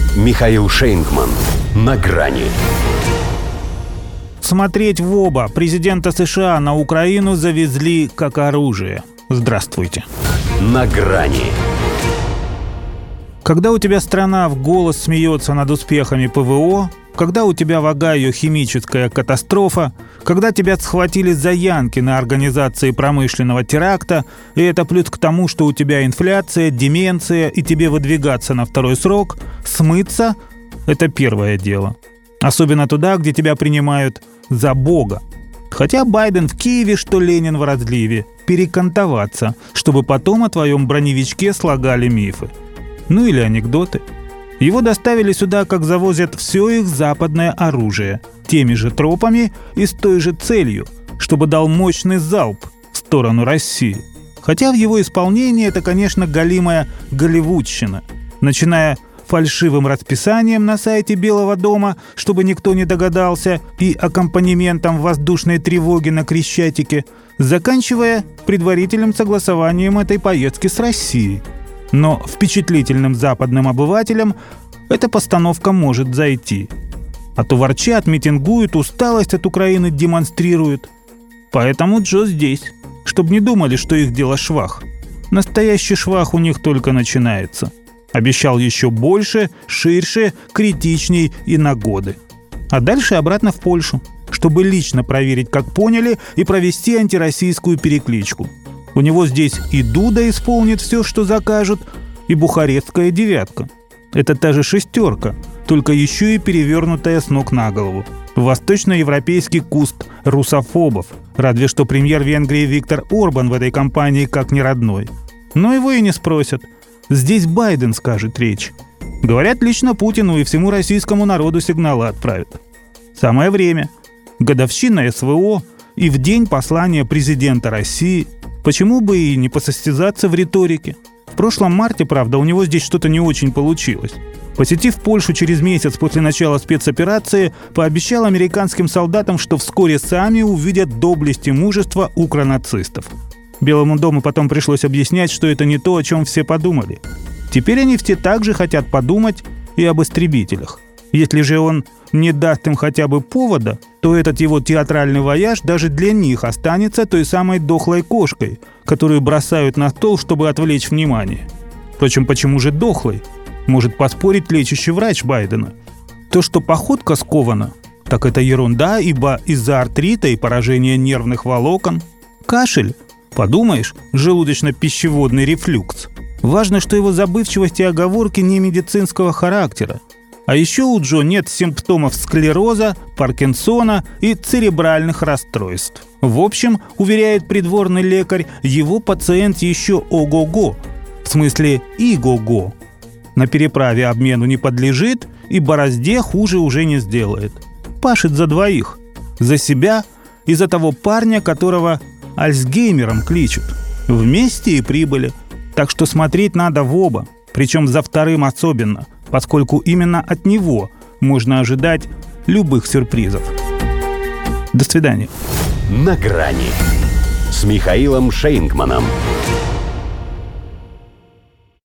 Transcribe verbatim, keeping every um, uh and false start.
Михаил Шейнгман. На грани. Смотреть в оба. Президента США на Украину завезли как оружие. Здравствуйте. На грани. Когда у тебя страна в голос смеется над успехами ПВО, когда у тебя в Огайо химическая катастрофа, когда тебя схватили за янки на организации промышленного теракта, и это плюс к тому, что у тебя инфляция, деменция, и тебе выдвигаться на второй срок, смыться – это первое дело. Особенно туда, где тебя принимают за Бога. Хотя Байден в Киеве, что Ленин в разливе, перекантоваться, чтобы потом о твоем броневичке слагали мифы. Ну или анекдоты. Его доставили сюда, как завозят все их западное оружие, теми же тропами и с той же целью, чтобы дал мощный залп в сторону России. Хотя в его исполнении это, конечно, галимая голливудщина, начиная фальшивым расписанием на сайте Белого дома, чтобы никто не догадался, и аккомпанементом воздушной тревоги на Крещатике, заканчивая предварительным согласованием этой поездки с Россией. Но впечатлительным западным обывателям эта постановка может зайти. А то ворчат, митингуют, усталость от Украины демонстрируют. Поэтому Джо здесь, чтобы не думали, что их дело швах. Настоящий швах у них только начинается. Обещал еще больше, ширше, критичней и на годы. А дальше обратно в Польшу, чтобы лично проверить, как поняли, и провести антироссийскую перекличку. У него здесь и Дуда исполнит все, что закажут, и бухарестская девятка. Это та же шестерка, только еще и перевернутая с ног на голову. Восточноевропейский куст русофобов, разве что премьер Венгрии Виктор Орбан в этой компании как не родной. Но его и не спросят. Здесь Байден скажет речь. Говорят, лично Путину и всему российскому народу сигналы отправят. Самое время. Годовщина СВО и в день послания президента России. Почему бы и не посостязаться в риторике? В прошлом марте, правда, у него здесь что-то не очень получилось. Посетив Польшу через месяц после начала спецоперации, пообещал американским солдатам, что вскоре сами увидят доблесть и мужество укронацистов. Белому дому потом пришлось объяснять, что это не то, о чем все подумали. Теперь они все также хотят подумать и об истребителях. Если же он не даст им хотя бы повода, то этот его театральный вояж даже для них останется той самой дохлой кошкой, которую бросают на стол, чтобы отвлечь внимание. Впрочем, почему же дохлой? Может поспорить лечащий врач Байдена. То, что походка скована, так это ерунда, ибо из-за артрита и поражения нервных волокон. Кашель? Подумаешь, желудочно-пищеводный рефлюкс. Важно, что его забывчивость и оговорки не медицинского характера. А еще у Джо нет симптомов склероза, Паркинсона и церебральных расстройств. В общем, уверяет придворный лекарь, его пациент еще ого-го, в смысле иго-го. На переправе обмену не подлежит и борозде хуже уже не сделает. Пашет за двоих. За себя и за того парня, которого Альцгеймером кличут. Вместе и прибыли. Так что смотреть надо в оба, причем за вторым особенно, поскольку именно от него можно ожидать любых сюрпризов. До свидания. На грани с Михаилом Шейнгманом.